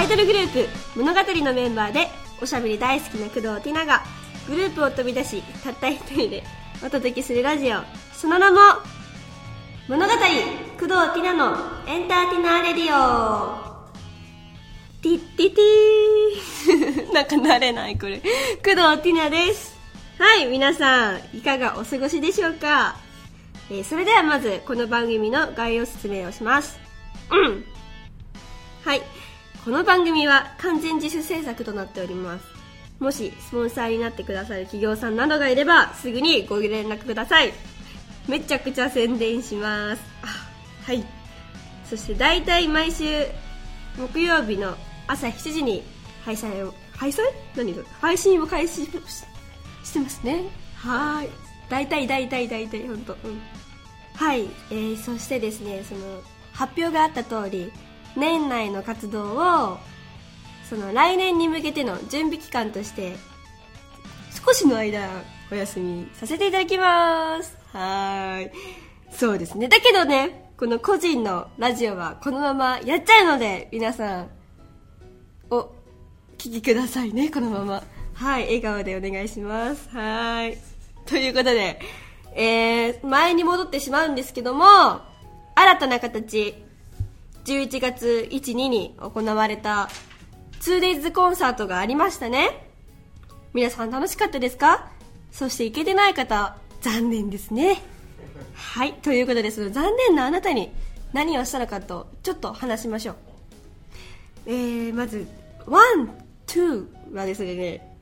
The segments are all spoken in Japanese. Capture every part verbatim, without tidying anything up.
イドルグループ物語のメンバーでおしゃべり大好きな工藤ティナがグループを飛び出したった一人でお届けするラジオ、その名も物語工藤ティナのエンターテイナーレディオ。ティッティティーなんか慣れないこれ。工藤ティナです。はい、皆さんいかがお過ごしでしょうか。えー、それではまずこの番組の概要説明をします。うんはい、この番組は完全自主制作となっております。もしスポンサーになってくださる企業さんなどがいればすぐにご連絡ください。めちゃくちゃ宣伝します。あ、はい。そしてだいたい毎週木曜日の朝しちじに配信を配信何それ配信を開始ししてますね。はい。だいたいだいたいだいたい本当。うん。はい、えー。そしてですね、その発表があった通り、年内の活動をその来年に向けての準備期間として少しの間お休みさせていただきます。はーい、そうですね。だけどね、この個人のラジオはこのままやっちゃうので、皆さんお聞きくださいね、このまま。はい、笑顔でお願いします。はーい、ということで、えー、前に戻ってしまうんですけども、新たな形、じゅういちがつついたちに行われた ツーデイズ コンサートがありましたね。皆さん楽しかったですか？そして行けてない方、残念ですね。はい、ということで、その残念なあなたに何をしたのかとちょっと話しましょう。えー、まずワン、ツーはですね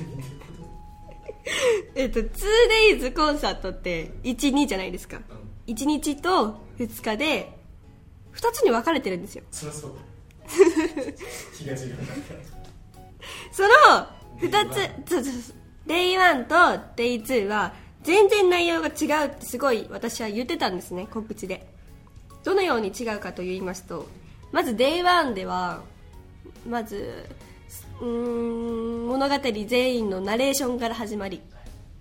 えっと ツーデイズ コンサートっていち、にじゃないですか。いちにちとふつかでふたつに分かれてるんですよ。 そりゃそう気が違うそのふたつ、デイワンとデイツーは全然内容が違うってすごい私は言ってたんですね、告知で。どのように違うかと言いますと、まずデイワンではまずうーん物語全員のナレーションから始まり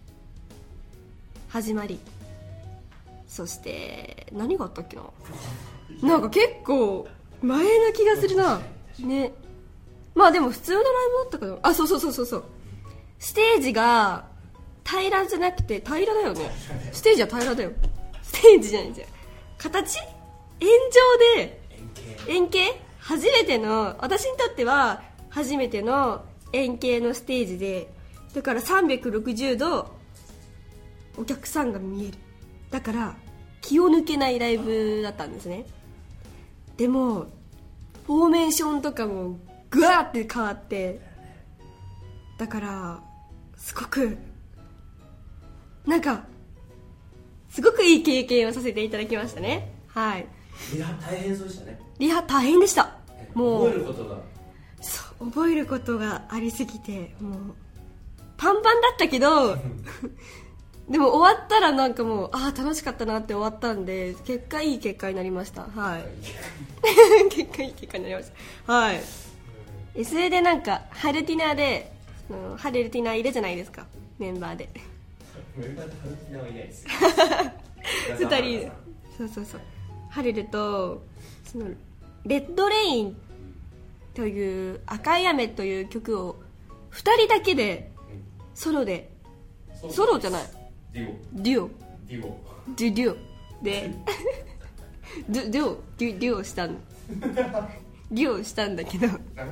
始まりそして何があったっけな、なんか結構前な気がするなね。まあでも普通のライブだったかな。あ、そうそうそうそうそう、ステージが平らじゃなくて、平らだよね、ステージは平らだよ、ステージじゃないじゃん、形円状で円形、初めての、私にとっては初めての円形のステージで、だからさんびゃくろくじゅうどお客さんが見える、だから気を抜けないライブだったんですね。でもフォーメーションとかもグワーって変わって、だからすごくなんかすごくいい経験をさせていただきましたね。はい。 リハ大変そうでしたね。 リハ大変でした。もう覚えることがそう覚えることがありすぎて、もうパンパンだったけどでも終わったらなんかもうああ楽しかったなって終わったんで、結果いい結果になりました。はい結果いい結果になりました。はい。それでなんかハルティナで、ハルティナいるじゃないですか、メンバーでメンバーでハルティナはいないですふたりで、そうそうそう、ハルルとそのレッドレインという赤い雨という曲をふたりだけでソロで、ソロじゃないデュオデュオデュオデュデュオでデュデュオデュデュオしたんデュオしたんだけど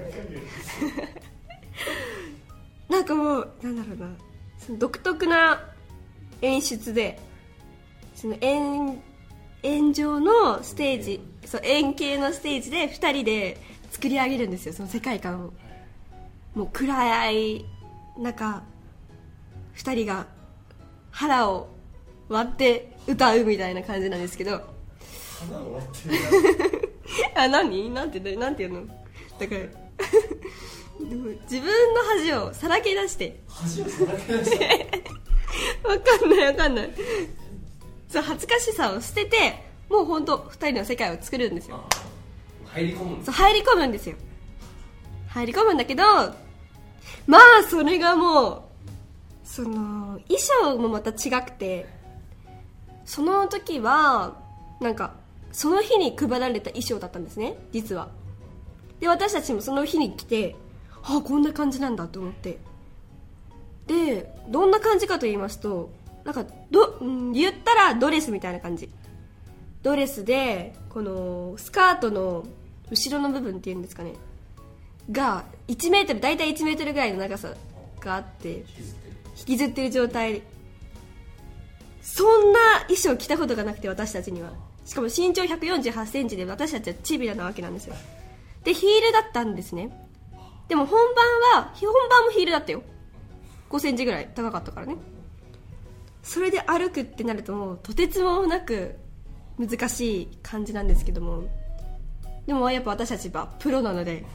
なんかもうなんだろうな、その独特な演出で、その円円状のステージ、そう円形のステージでふたりで作り上げるんですよ、その世界観を。もう暗い中ふたりが腹を割って歌うみたいな感じなんですけど、 花を割ってるあ、何なんてなんていうの、だからでも自分の恥をさらけ出して恥をさらけ出してわかんないわかんない、そう恥ずかしさを捨てて、もう本当ふたりの世界を作るんですよ。 入り込むんです。 そう入り込むんですよ。入り込むんだけど、まあそれがもうその衣装もまた違くて、その時はなんかその日に配られた衣装だったんですね、実は。 で私たちもその日に来て、あこんな感じなんだと思って、でどんな感じかと言いますと、なんかど、うん、言ったらドレスみたいな感じ。ドレスでこのスカートの後ろの部分っていうんですかねがいちメートル、大体いちメートルぐらいの長さがあって、引きずってる状態。そんな衣装着たことがなくて、私たちには。しかも身長ひゃくよんじゅうはちセンチで、私たちはチビラなわけなんですよ。でヒールだったんですね。でも本番は本番もヒールだったよ。ごセンチぐらい高かったからね。それで歩くってなるともうとてつもなく難しい感じなんですけども、でもやっぱ私たちはプロなので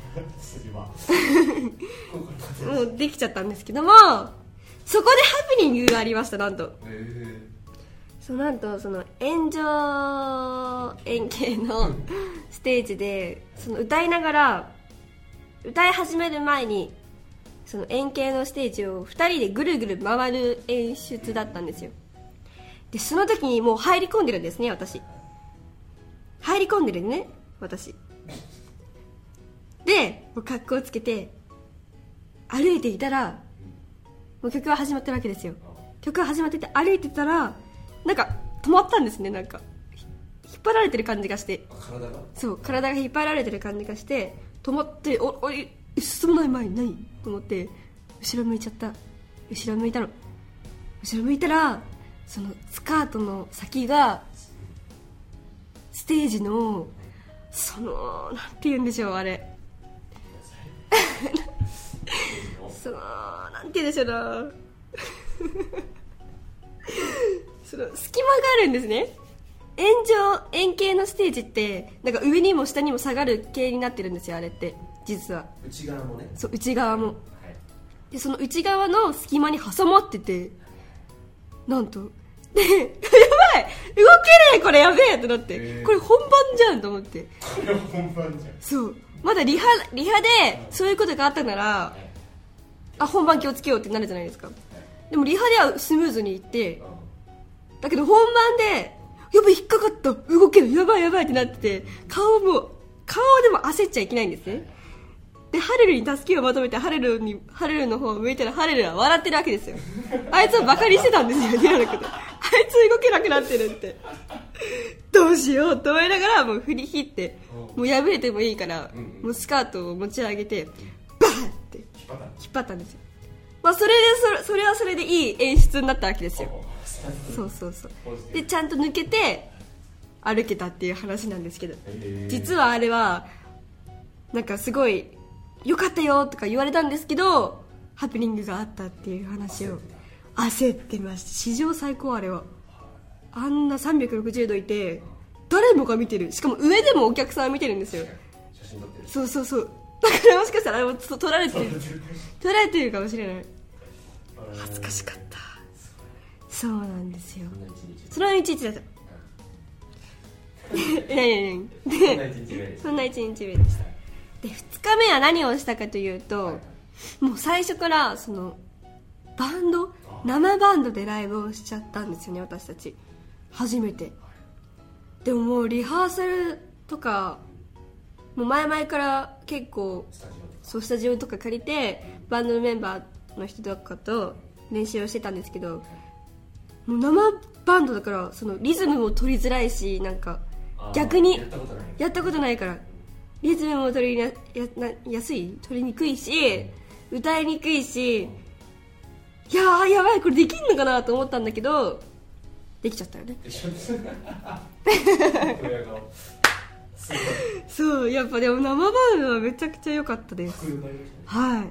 もうできちゃったんですけども、そこでハプニングがありました。なんと、えー、そうなんとその炎上円形のステージでその歌いながら、歌い始める前にその円形のステージをふたりでぐるぐる回る演出だったんですよ。でその時にもう入り込んでるんですね。私入り込んでるね私でもう格好をつけて歩いていたら、もう曲が始まってるわけですよ。曲が始まってて歩いてたらなんか止まったんですね。なんか引っ張られてる感じがして、 体がそう体が引っ張られてる感じがして止まって、おおい進まない前に何と思って後ろ向いちゃった。後ろ向いたの。後ろ向いたらそのスカートの先がステージのそのなんて言うんでしょうあれそのなんて言うんでしょうなその隙間があるんですね。円状円形のステージってなんか上にも下にも下がる系になってるんですよ、あれって実は。 内側もね。 そう内側も、 はい、 でその内側の隙間に挟まってて、なんとでやばい動けねえこれやべえってなって、えー、これ本番じゃんと思って。 これ本番じゃん。 そうまだリハリハでそういうことがあったなら、はい、あ本番気をつけようってなるじゃないですか、はい、でもリハではスムーズにいって、だけど本番でやばい引っかかった動けないやばいやばいってなってて、顔も顔でも焦っちゃいけないんですね。でハレルに助けを求めてハレルにハレルの方を向いたらハレルは笑ってるわけですよ。あいつをバカにしてたんですよリアルこと。あいつ動けなくなってるってどうしようと思いながらもう振り切って、もう破れてもいいから、もうスカートを持ち上げてバーって引っ張ったんですよ。まあそれでそれ、それはそれでいい演出になったわけですよ。そうそうそう。でちゃんと抜けて歩けたっていう話なんですけど、実はあれはなんかすごい良かったよとか言われたんですけど、ハプニングがあったっていう話を焦ってました。史上最高。あれはあんなさんびゃくろくじゅうどいて誰もが見てる、しかも上でもお客さん見てるんですよ。 写真撮ってる。 そうそうそう、だからもしかしたらあれも撮られてる撮られてるかもしれない。恥ずかしかった。そうなんですよ。その一日だった何何そんな一日目でした。でふつかめは何をしたかというと、はい、もう最初からそのバンド生バンドでライブをしちゃったんですよね、私たち初めて。でももうリハーサルとかもう前々から結構そうスタジオとか借りてバンドのメンバーの人とかと練習をしてたんですけど、もう生バンドだからそのリズムも取りづらいし、なんか逆にやったことない、やったことないからリズムも取りやな安い取りにくいし歌いにくいし、いやーやばいこれできんのかなと思ったんだけどできちゃったよねそうやっぱでも生バンドはめちゃくちゃ良かったです。はい、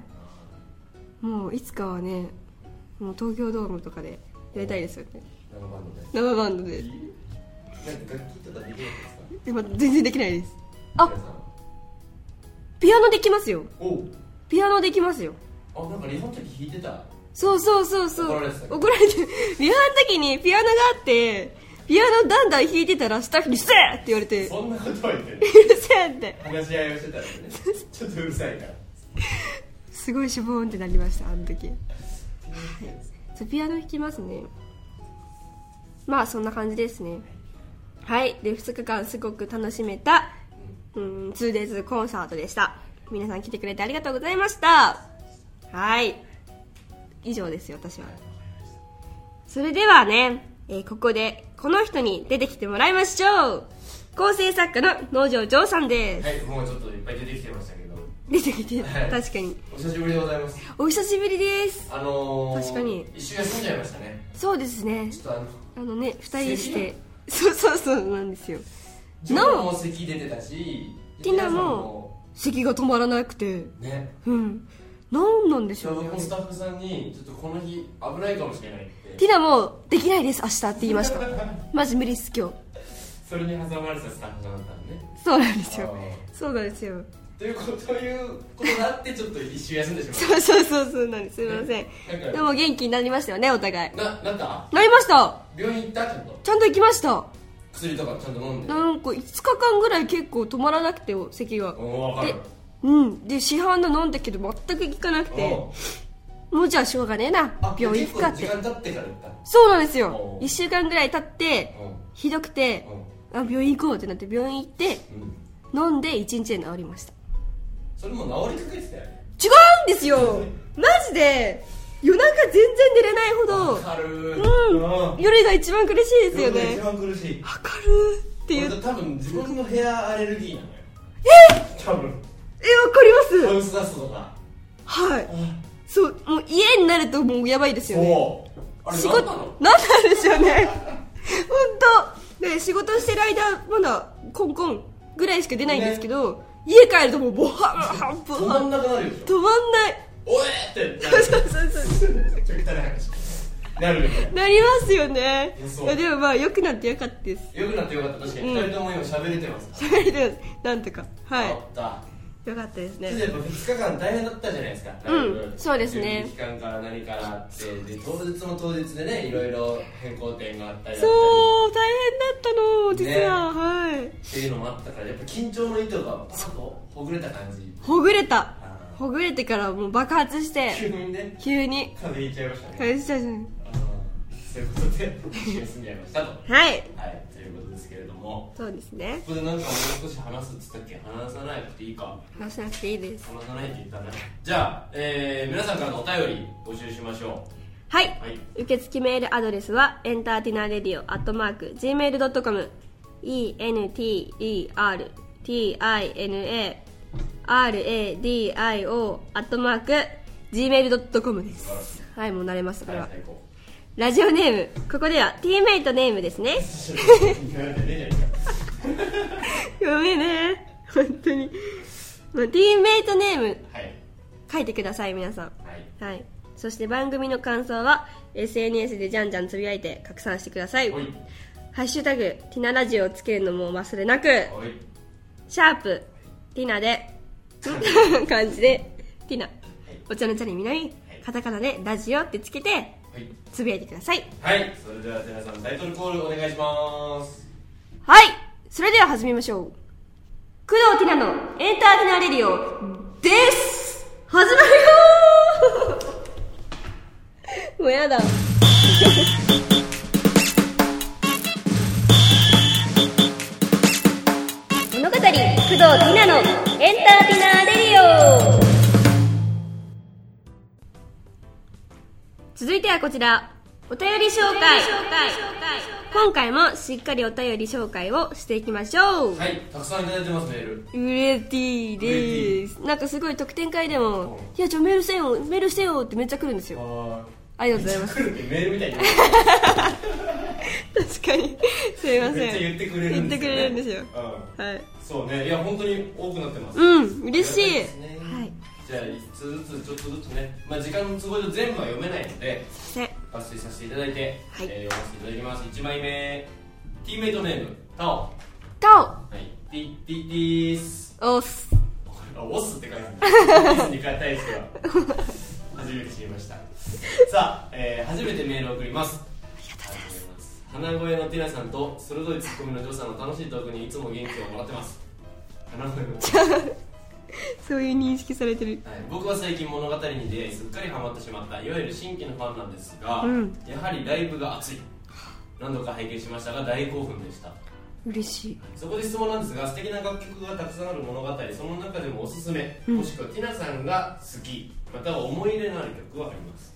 もういつかはねもう東京ドームとかでやりたいですよね、 生バンドで。 生バンドで。 なんか楽器とかできないですか？ 今全然できないです。あピアノできますよ。 おピアノできますよ。 あなんかリハの時弾いてた。 そうそうそうそう。 怒られてた。 怒られてリハの時にピアノがあってピアノだんだん弾いてたらスタッフにうるせえって言われて、 そんなことは言ってる。 うるせえって話し合いをしてたらねちょっとうるさいからすごいしょぼーんってなりましたあの時。はい、そうピアノ弾きますね。まあそんな感じですね。はい。でふつかかんすごく楽しめたうん ツーデイズ コンサートでした。皆さん来てくれてありがとうございました。はい、以上ですよ私は。それではね、えー、ここでこの人に出てきてもらいましょう。構成作家の農場長さんです。 はい、もうちょっといっぱい出てきてましたけど。 出てきて、 はい、 確かにお久しぶりでございます。 お久しぶりです。 あのー、 確かに一週休んじゃいましたね。 そうですね、 ちょっとあのあのねふたりしてそうそうそうなんですよ。 ジョンも咳出てたし、 ティナも咳が止まらなくてね、 うんなんなんでしょうね。 僕もスタッフさんにちょっとこの日危ないかもしれないって。 ティナもできないです明日って言いましたマジ無理っす今日。 それに挟まれたスタッフさんだったのね。 そうなんですよ、そうなんですよ。 ということということがあってちょっと一周休んでしまったそうそうそうそうなんです。すみません。でも元気になりましたよねお互い。 な、なったなりました。 病院行ったちゃんとちゃんと行きました。 薬とかちゃんと飲んで。 なんかいつかかんぐらい結構止まらなくて咳が。 おー、分かる。 うんで市販の飲んだけど全く効かなくて、もうじゃあしょうがねえな病院行くかって。 結構時間経ってから行った。 そうなんですよ。いっしゅうかんぐらい経ってひどくて、あ病院行こうってなって病院行って、うん、飲んでいちにちで治りました。 それも治りかけてたよね。 違うんですよマジで夜中全然寝れないほど。わかる、うん、夜が一番苦しいですよね。 夜が一番苦しい。 わかるっていう。 多分自分のヘアアレルギーなのよ。 え多分えわかります。 ハウスダストとか。 はい、そうもう家になるともうやばいですよね。 そうあれ仕事なんなんでしょうね本当で仕事してる間まだコンコンぐらいしか出ないんですけど、ね、家帰るともうボハンボハン止まんなくなるでしょ。 止まんない。 おえってそうそうそうちょっと汚い話なるよね。 なりますよね。でもまあ良くなってよかったです。 良くなってよかった。確かにふたりとも今喋れてます。 喋れてますなんとか。はいよかったよかったですね。 やっぱふつかかん大変だったじゃないですか。 うんそうですね。 期間から何からあってで当日も当日でねいろいろ変更点があったりそう大変だったの実は、ね、はいっていうのもあったからやっぱ緊張の糸がパーッとほぐれた感じ。 ほぐれたほぐれてからもう爆発して急にね急に風邪ひいちゃいましたね。 風邪ひいちゃいましたね。 そういうことで一緒に住んじゃいましたとはい、 はい、ということですけれども。 そうですね。 ここでなんかもう少し話すっつったっけ。話さなくていいか。 話さなくていいです。 話さないって言ったね。じゃあ、えー、皆さんからのお便り募集しましょう。 はい、はい、受付メールアドレスはエンターティナーレディオアットマーク ジーメールドットコム エンターティナーレディオアットマーク ジーメールドットコム です。はい、もう慣れましたこれは。ラジオネームここではティーメイトネームですねごめんね本当に、まあ、ティーメイトネーム、はい、書いてください皆さん、はいはい、そして番組の感想は エスエヌエス でじゃんじゃんつぶやいて拡散してください。ハッシュタグティナラジオをつけるのも忘れなく、シャープティナで漢字でティナ、お茶の茶にみなみ、カタカナでラジオってつけてつぶやいてください。 はい、それではティナさんタイトルコールお願いします。 はい、それでは始めましょう。工藤ティナのエンターテイナーレディオです。始まるよもうやだ物語工藤ティナのエンターテイナーレディオ。続いてはこちらお便り紹介。今回もしっかりお便り紹介をしていきましょう。 はい、たくさんいただいてますメール。 うれしいです。なんかすごい特典会でもいやちょメールせよメールせよってめっちゃ来るんですよ。ありがとうございます。 来るってメールみたいに確かにすいません。 めっちゃ言ってくれるんですよ、ね、言ってくれるんですよ、うん、はい。そうね、いや本当に多くなってます。 うん嬉しい、 ね、はい。じゃあいつずつちょっとずつね、まあ、時間の都合で全部は読めないので抜粋させていただいて、はい、えー、読ませていただきます。いちまいめティーメイトネームタオタオ、 はい、ティティティースオスあオスって書いてあるオスに変えたいですが初めて知りました。さあ、えー、初めてメールを送ります。 ありがとうございます。 鼻声のティナさんと鋭いツッコミのジョーさんの楽しいトークにいつも元気をもらってます。鼻声のそういう認識されてる、 はい、僕は最近物語に出会いすっかりハマってしまったいわゆる新規のファンなんですが、うん、やはりライブが熱い。何度か拝見しましたが大興奮でした。 嬉しい。 そこで質問なんですが、素敵な楽曲がたくさんある物語、その中でもおすすめ、うん、もしくはティナさんが好きまたは思い入れのある曲はあります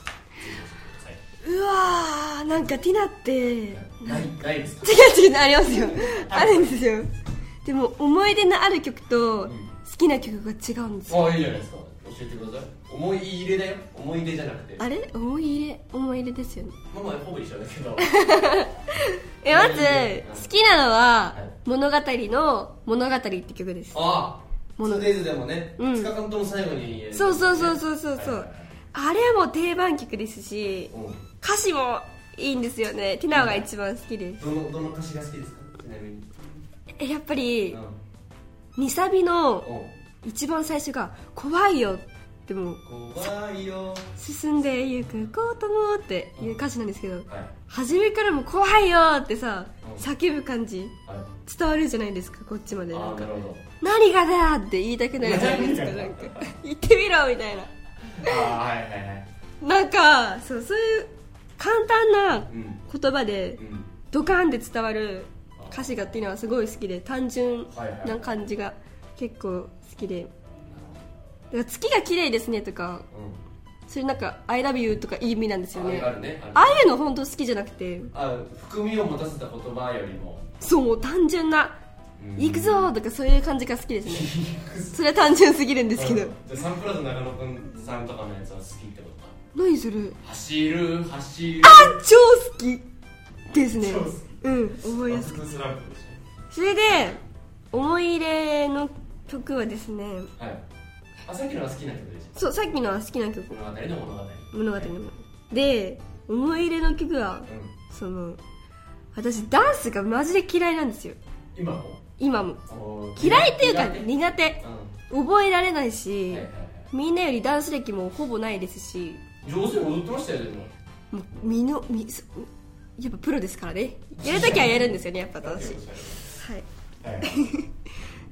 うわー、なんかティナってないないですか？ 違う違う、ありますよあるんですよ。でも思い出のある曲と好きな曲が違うんですよ。 ああ、いいじゃないですか、教えてください。思い入れだよ、思い出じゃなくて。 あれ、思い入れ、思い入れですよね。 まあまあほぼ一緒だけどえ、まず好きなのは物語の物語って曲です。 ああ、ツーデイズでもね、ふつかかんとも最後に、ね、 そうそうそうそうそうそう、はいはいはい、あれはもう定番曲ですし、うん、歌詞もいいんですよね。ティナが一番好きです。 どの、どの歌詞が好きですか？ちなみにえ、やっぱり、うん、にサビの一番最初が怖いよっても怖いよ進んでゆくこともっていう歌詞なんですけど、うん、はい、初めからも怖いよってさ、うん、叫ぶ感じ、はい、伝わるじゃないですか、こっちまで。なんか何がだって言いたくなるじゃないですかなんか言ってみろみたいなあ、はいはいはい、 なんかそう、そういう簡単な言葉でドカーンって伝わる歌詞がっていうのはすごい好きで、単純な感じが結構好きで、だから月が綺麗ですねとか、うん、それなんか I love you とかいい意味なんですよね。 あ, あ, るねあ, るああいうの本当好きじゃなくて、 あ、含みを持たせた言葉よりも、 そう、単純な行くぞとかそういう感じが好きですねそれは単純すぎるんですけど、うん、 じゃあサンプラザ中野くんさんとかのやつは好きってことか。 何それ？ 走る走る、 あ、超好きですね。うん、覚えやすく。それで思い入れの曲はですね、はい、 あ、さっきのは好きな曲でしょ。 そう、さっきのは好きな曲、 物語の物語物語ので、思い入れの曲は、うん、その私ダンスがマジで嫌いなんですよ。 今も今も嫌いっていうか苦手、うん、覚えられないし、はいはいはい、みんなよりダンス歴もほぼないですし。 上手に踊ってましたよ。でももうみのみやっぱプロですからね、やるときはやるんですよね、やっぱ私はい、はい、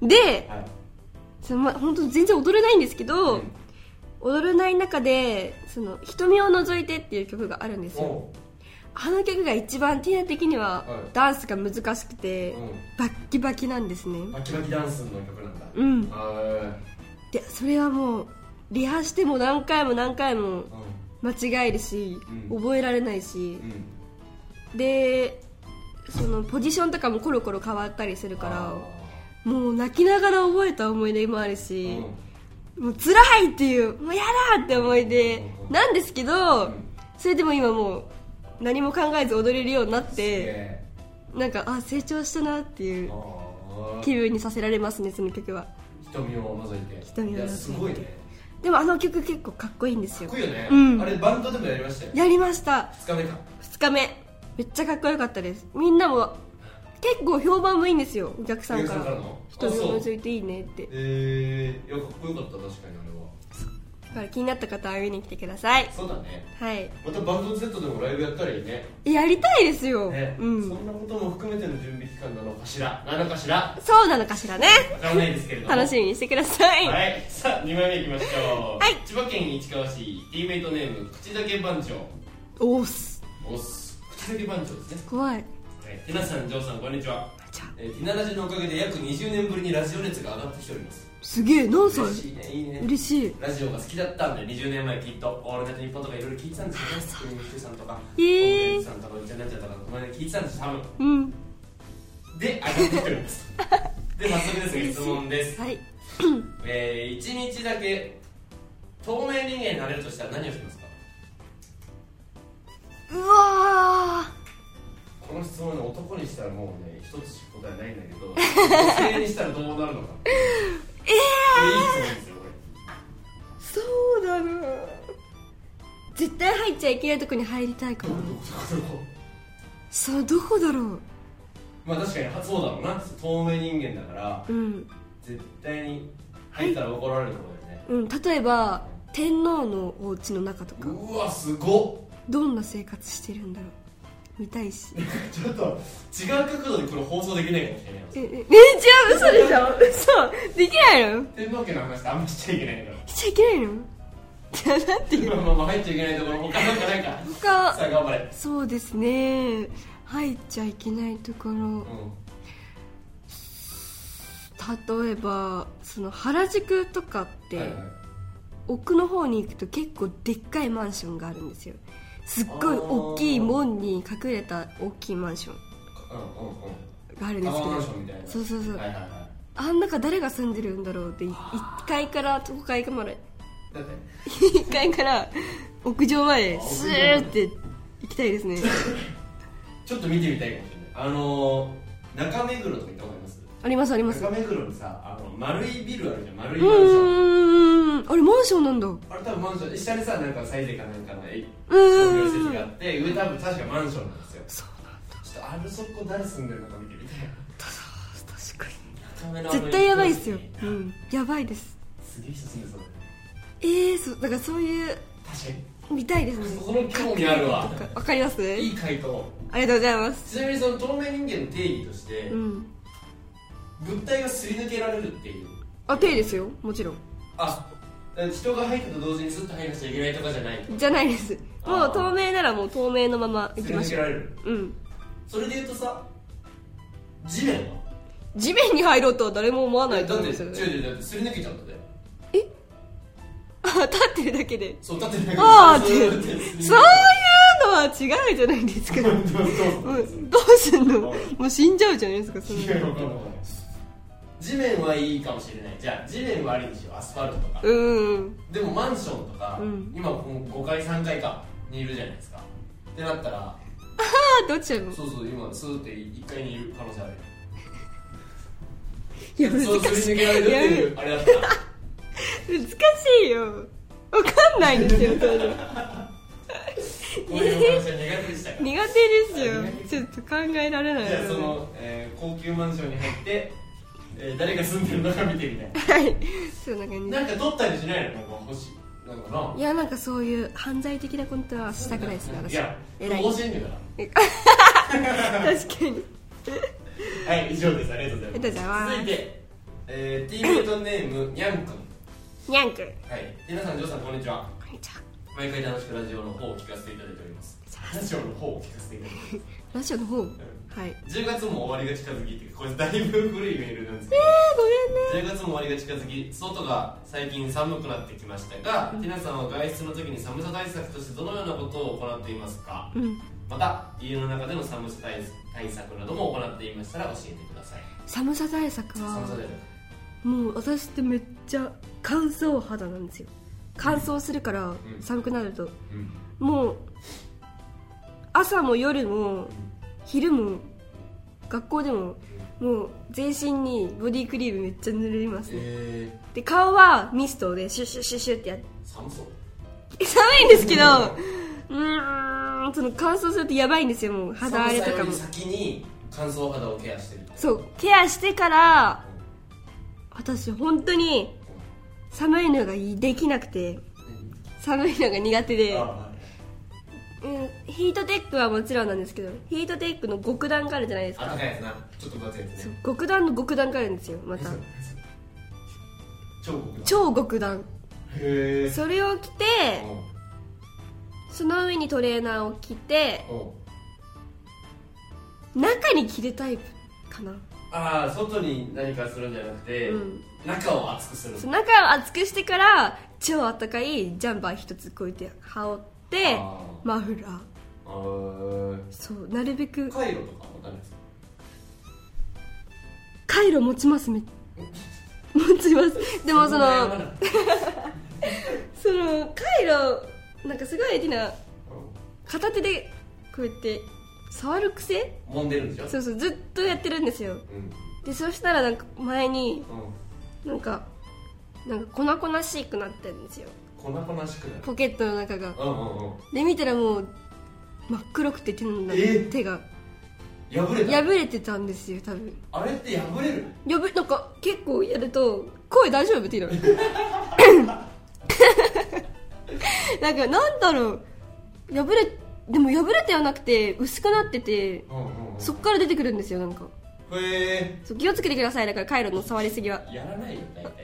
で、はい、そのま、本当全然踊れないんですけど、うん、踊れない中でその瞳を覗いてっていう曲があるんですよ。あの曲が一番ティナ的にはダンスが難しくて、うん、バッキバキなんですね。 バキバキダンスの曲なんだ。 うん。でそれはもうリハしても何回も何回も間違えるし、うん、覚えられないし、うん、でそのポジションとかもコロコロ変わったりするからもう泣きながら覚えた思い出もあるし、うん、もう辛いっていうもうやだって思い出なんですけど、うん、それでも今もう何も考えず踊れるようになって、なんかあ成長したなっていう気分にさせられますね、その曲は。 瞳を覗いて。 瞳を覗いて。いやすごいね。 でもあの曲結構かっこいいんですよ。 かっこいいよね、 うん、 あれバンドでもやりましたよ。 やりました。 ふつかめか。 ふつかめめっちゃかっこよかったです。みんなも結構評判もいいんですよ、お客さんから。瞳を覗いていいねって。 えー、いやかっこよかった、確かにあれは。 だから気になった方は見に来てください。 そうだね。 はい。 またバンド Z でもライブやったらいいね。 やりたいですよ、ね、うん、 そんなことも含めての準備期間なのかしら、なのかしら。 そうなのかしらね、 わからないですけれども楽しみにしてください。 はい。さあにまいめいきましょう。 はい。 千葉県市川市ティーメイトネーム口だけ番長。 おーすおーす口だけ番長ですね。 怖い。 はい、ティナさん、ジョーさん、こんにちは。えー、ティナラジのおかげで約にじゅうねんぶりにラジオ熱が上がってきております。 すげえ、何歳？ 嬉しいね、いいね。 嬉しい。 ラジオが好きだったんでにじゅうねんまえきっとオールナイトニッポンとかいろいろ聞いてたんですよね。スクリームシューさんとかえー、 オンさんとかうちゃなんちゃとかこの辺聞いてたんです多分。 うんで、上がってきておりますで、早速ですが質問です。 はいえー、いちにちだけ透明人間になれるとしたら何をしますか？ うわー、 この質問の男にしたらもうね一つしか答えないんだけど女性にしたらどうなるのかええー、 いい質問ですよこれ。 そうだな、絶対入っちゃいけないとこに入りたいかも。 どこどこそう、どこだろう。 まあ確かにそうだろうな、透明人間だから、うん、絶対に入ったら怒られるところだよね、 うん、例えば天皇のお家の中とか。 うわすごっ、 どんな生活してるんだろう、見たいしちょっと違う角度でこれ放送できないかもしれない。 ええ、え、違う、嘘でしょ嘘できないの？ 天皇家の話ってあんましちゃいけないからしちゃいけないの？じゃあなんていうの？ まあまあ入っちゃいけないところ他なんかないか。他さあ頑張れ。 そうですね、入っちゃいけないところ、うん、 例えばその原宿とかって、はいはい、奥の方に行くと結構でっかいマンションがあるんですよ。すっごい大きい門に隠れた大きいマンションがあるんですけど、そうそうそう、はいはいはい、あん中誰が住んでるんだろうっていっかいからごかいまでいっかいから屋上までスーって行きたいですね。 ちょっと見てみたいかもしれない。あのー、中目黒とか行ったことあります？ ありますあります。 中目黒にさ、あの丸いビルあるじゃん。丸いマンション。 うーん、あれマンションなんだ。 あれ多分マンション、下にさ、なんかサイゼかなんかの商業施設があって、上多分確かマンションなんですよ。そうなんだ。ちょっとあるそこ誰住んでるのか見てみたい。 確かに絶対やばいっすよ。うん、やばいです。 すげえ人住んでそう。 えー、そう、だからそういう、確かに見たいですね。 その興味あるわ。 わかります？ いい回答。 ありがとうございます。 ちなみにその透明人間の定義として、うん、物体がすり抜けられるっていう。 あ、定義ですよ、もちろん。 あ、人が入ったと同時にスッと入らなきゃいけないとかじゃないじゃないです。もう透明ならもう透明のまま行きましょう。 すり抜けられる。 うん。 それで言うとさ、地面は地面に入ろうとは誰も思わないと思うんですよね。 だって、違う違う、だってすり抜けちゃうんだよ。 えあ、立ってるだけで。 そう、立ってるだけで。 ああって、そういうのは違うじゃないですか。どうすんの？もう死んじゃうじゃないですか、その。 地面はいいかもしれない。じゃあ地面はありにしよう、アスファルトとか。 うん。 でもマンションとか、うん、今ごかいさんかいかにいるじゃないですか。ってなったら、ああ、どっちやの？ そうそう、今スーっていっかいにいる可能性ある。 いや、難しい。 そうすり抜けられるっていうあれだったら。 難しいよ。わかんないんですよ、それ。 こういう話は苦手でしたか？ 苦手ですよ。ちょっと考えられない。 じゃあその、えー、高級マンションに入って、えー、誰が住んでるのか見てみたい。 はい。そんな感じ。 なんか撮ったりしないの？なんか欲しい。なんかな。 いや、なんかそういう犯罪的なことはしたくないですね、私。 いや、偉い。教えんねんから。確かに。 はい、以上です。ありがとうございます。 ありがとうございます。 続いて、えー、ティーメイトネームにゃんくん。 にゃんくん。 はい。皆さん、ジョーさん、こんにちは。 こんにちは。 毎回楽しくラジオの方を聞かせていただいております。ラジオの方を聞かせていただいております。 ラジオの方、うん、はい。 じゅうがつも終わりが近づきって、これだいぶ古いメールなんですけど。 えー、ごめんね。 じゅうがつも終わりが近づき、外が最近寒くなってきましたが、うん、ティナさんは外出の時に寒さ対策としてどのようなことを行っていますか？うん、また、家の中での寒さ対策なども行っていましたら教えてください。 寒さ対策は、 寒さ対策。 もう私ってめっちゃ乾燥肌なんですよ。乾燥するから寒くなると、うん、もう朝も夜も昼も学校でももう全身にボディクリームめっちゃ塗りますね、えー、で顔はミストでシュッシュッシュッシュッってやって寒そう寒いんですけどうーんその乾燥するとやばいんですよ。もう肌荒れとかも先に乾燥肌をケアしてる。 そうケアしてから私本当に寒いのができなくて寒いのが苦手で、うん、ヒートテックはもちろんなんですけどヒートテックの極暖があるじゃないですか。 あ高いやつなちょっと分厚いやつね。 極暖の極暖があるんですよまた超極暖超極暖へーそれを着てその上にトレーナーを着て中に着るタイプかな。 ああ外に何かするんじゃなくて、うん、中を熱くする。 中を熱くしてから超あったかいジャンパー一つこうやって羽織ってマフラー。あそうなるべくカイロとか持たないですか？ カイロ持ちますめ持ちますでもそのそのカイロなんかすごいティナ片手でこうやって触る癖揉んでるんでしょ。 そうそうずっとやってるんですよ、うん、でそしたらなんか前に、うん、なんかなんか粉々しくなってるんですよ。 粉々しくなるポケットの中が、 うんうんうん、 で見たらもう真っ黒くて手の、手が破れた破れてたんですよ多分。 あれって破れる破なんか結構やると声大丈夫って言うのなんかなんだろう破れでも破れてはなくて薄くなってて、うんうんうん、そっから出てくるんですよなんか。 へー気をつけてください。だからカイロの触りすぎはやらないよ大体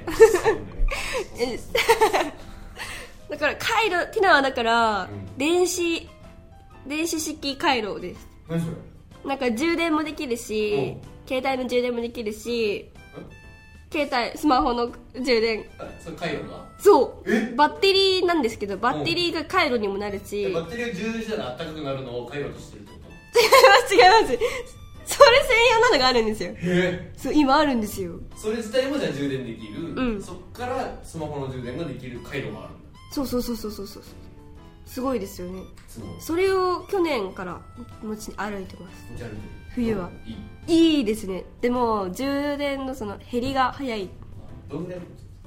だからカイロティナはだから、うん、電子電子式カイロです。 何それ？ なんか充電もできるし、うん、携帯の充電もできるし携帯スマホの充電。 あそれ回路がそうえバッテリーなんですけど、バッテリーが回路にもなるし、 バッテリーを充電したらあったかくなるのを回路としてるってこ違います違いますそれ専用なのがあるんですよ。 と？へそう今あるんですよ。 それ自体もじゃあ充電できる、 うん、 そっからスマホの充電ができる回路があるんだ。 そうそうそうそうそうそう、すごいですよね。 すごい。 それを去年から持ち歩いてます。 持ち歩いてる。 冬は。 いい。 いいですね。でも充電のその減りが早い。 どんぐらいあるんですか？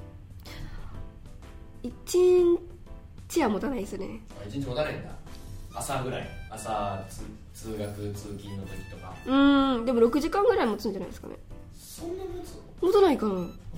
一日は持たないですよね。 あ、一日持たないんだ。朝ぐらい。朝つ通学通勤の時とか。 うーん、でもろくじかんぐらい持つんじゃないですかね。 そんな持つの？ 持たないかな。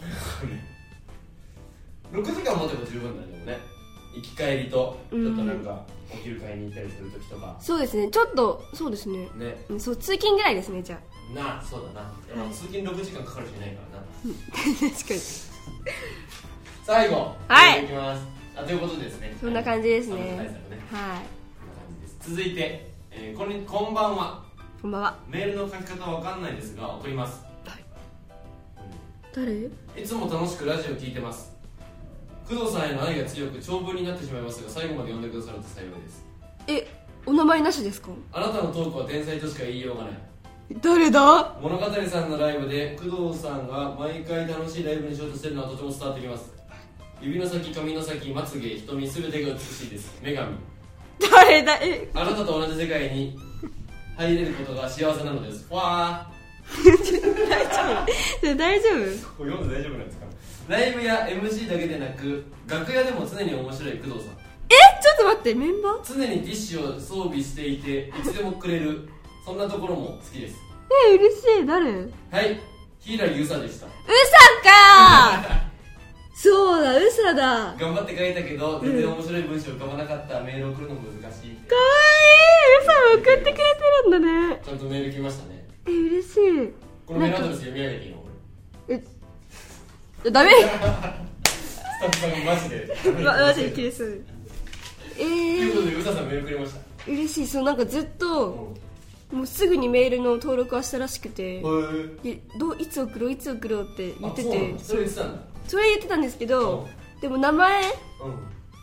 ろくじかん持てば十分だね。でもね、行き帰りとちょっとなんかお昼買いに行ったりする時とか。 そうですね、ちょっとそうですね。 ね、 うん、そう通勤ぐらいですね。じゃあなあ、そうだな。でも通勤ろくじかんかかる人いないからな。確かに。 最後、 はい。 いきます。あ、ということですね。 そんな感じですね。 対策ね。はい。こんな感じです。続いて、えー、これこんばんは。 こんばんは。 メールの書き方わかんないですが送ります。はい。 誰？ いつも楽しくラジオ聞いてます。工藤さんへの愛が強く長文になってしまいますが最後まで読んでくださると幸いです。 え、お名前なしですか？ あなたのトークは天才としか言いようがない。 誰だ？ 物語さんのライブで工藤さんが毎回楽しいライブにしようとしているのはとても伝わってきます。指の先、髪の先、まつげ、瞳、すべてが美しいです。女神。 誰だ？え、 あなたと同じ世界に入れることが幸せなのです。わー。 大丈夫？大丈夫？ これ読んで大丈夫なんですか？ライブや エムシー だけでなく楽屋でも常に面白い工藤さん。 え、ちょっと待って、メンバー？ 常にティッシュを装備していていつでもくれる、そんなところも好きです。 え、嬉しい。誰？ はい、柊ゆさでした。 うさかそうだ、うさだ。 頑張って書いたけど全然面白い文章浮かばなかった、メール送るのも難しい。 かわいい、うさも送ってくれてるんだね。 ちゃんとメール来ましたね。 え、嬉しい。 このメールアドレス読み上げていいの？これえ、ダメスタッフさんマジでま、マジで切れそう。えー、ということでうささんメールくれました。 嬉しい。そう、なんかずっと、うん、もうすぐにメールの登録はしたらしくて、でどういつ送ろういつ送ろうって言ってて、 それ言ってたんだ。 それ言ってたんですけど、でも名前、 うん、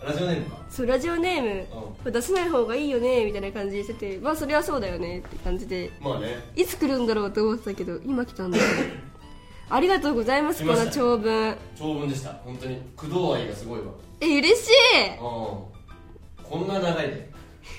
ラジオネームか。 そう、ラジオネーム、うん、出さない方がいいよねみたいな感じでしてて、まあそれはそうだよねって感じで、 まあね、いつ来るんだろうと思ってたけど今来たんだありがとうございます。この長文長文でした。本当に工藤愛がすごいわ。 え、嬉しい。 うん、こんな長いで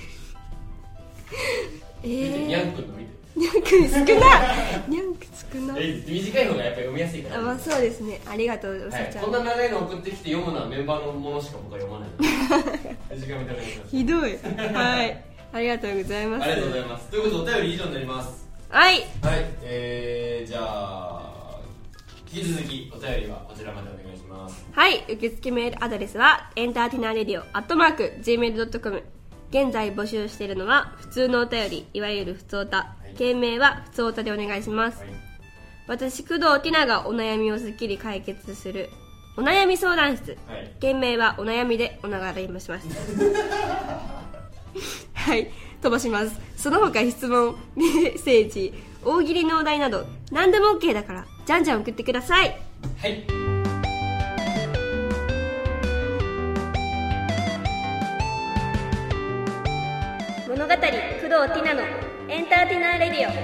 えー、ニャンくんの見て、 ニャンくん少ないニャンくん少ない。 え、短い方がやっぱり読みやすいから、ね、 あ、まあそうですね。ありがとう、おさちゃん、 はい、こんな長いの送ってきて読むのはメンバーのものしか僕は読まない時間見ただきました。 ひどいはい、ありがとうございます。 ありがとうございます。ということでお便り以上になります。 はいはい、えー、じゃあ引き続きお便りはこちらまでお願いします。 はい、受付メールアドレスはエンターテイナーレディオアットマーク ジーメールドットコム。 現在募集しているのは普通のお便り、いわゆる普通おた、はい、件名は普通おたでお願いします。はい、私工藤ティナがお悩みをすっきり解決するお悩み相談室、はい、件名はお悩みでお流れしましたはい、飛ばします。その他質問、メッセージ、大喜利のお題など何でも OK だからじゃんじゃん送ってください。 はい、 物語工藤ティナのエンターテイナーレディオ。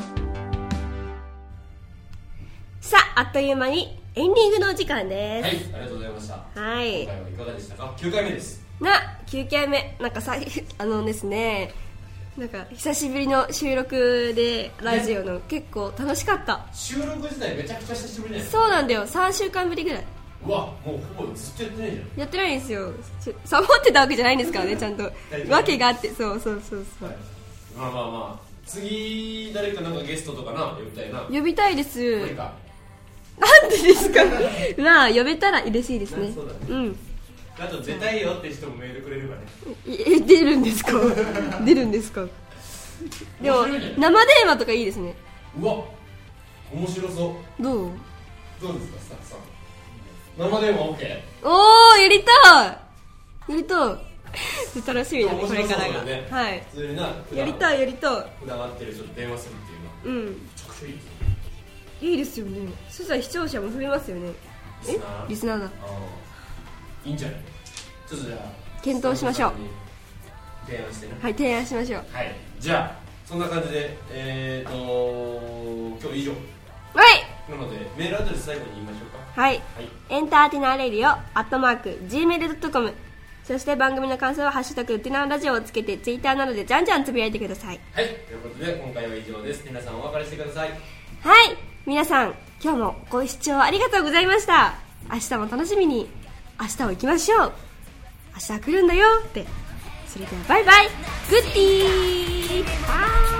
さあ、あっという間にエンディングのお時間です。 はい、ありがとうございました。 はい、 今回はいかがでしたか？きゅうかいめですな。きゅうかいめ、なんかさ、あのですね、なんか久しぶりの収録でラジオの、ね、結構楽しかった。 収録自体めちゃくちゃ久しぶりだよね。 そうなんだよ、さんしゅうかんぶりぐらい。 うわ、もうほぼずっとやってないじゃん。 やってないんですよ。サボってたわけじゃないんですからね、ちゃんとわけがあって。そうそうそうそう、はい、 まあまあまあ、次誰かなんかゲストとかな、呼びたいな。 呼びたいです。 これかなんでですかまあ呼べたら嬉しいですね。 そうだね、 うん。 あと出たいよって人もメールくれればね。 え、出るんですか出るんですかでも生電話とかいいですね。 うわ、面白そう。 どうどうですかスタッフさん、生電話 OK？ おー、やりたいやりたい楽しみだね、これからが、 ね、 はい、 普通になやりたいやりたい。 普段会ってる人と電話するっていうのは、うん、めちゃくちゃいいですね。 いいですよね。そしたら視聴者も増えますよね。 リスナーえリスナーだ。 いいんじゃない。ちょっとじゃあ検討しましょう。 提案してね。 はい、提案しましょう。 はい、じゃあそんな感じでえーと今日以上はいなのでメールアドレス最後に言いましょうか。 はい、 はい、 エンターティナーレディオアットマーク ジーメールドットコム、 そして番組の感想はハッシュタグティナーラジオをつけてツイッターなどでじゃんじゃんつぶやいてください。 はい、ということで今回は以上です。皆さんお別れしてください。 はい、皆さん今日もご視聴ありがとうございました。明日も楽しみに明日を行きましょう。明日は来るんだよって。それではバイバイ、グッディー。バイ。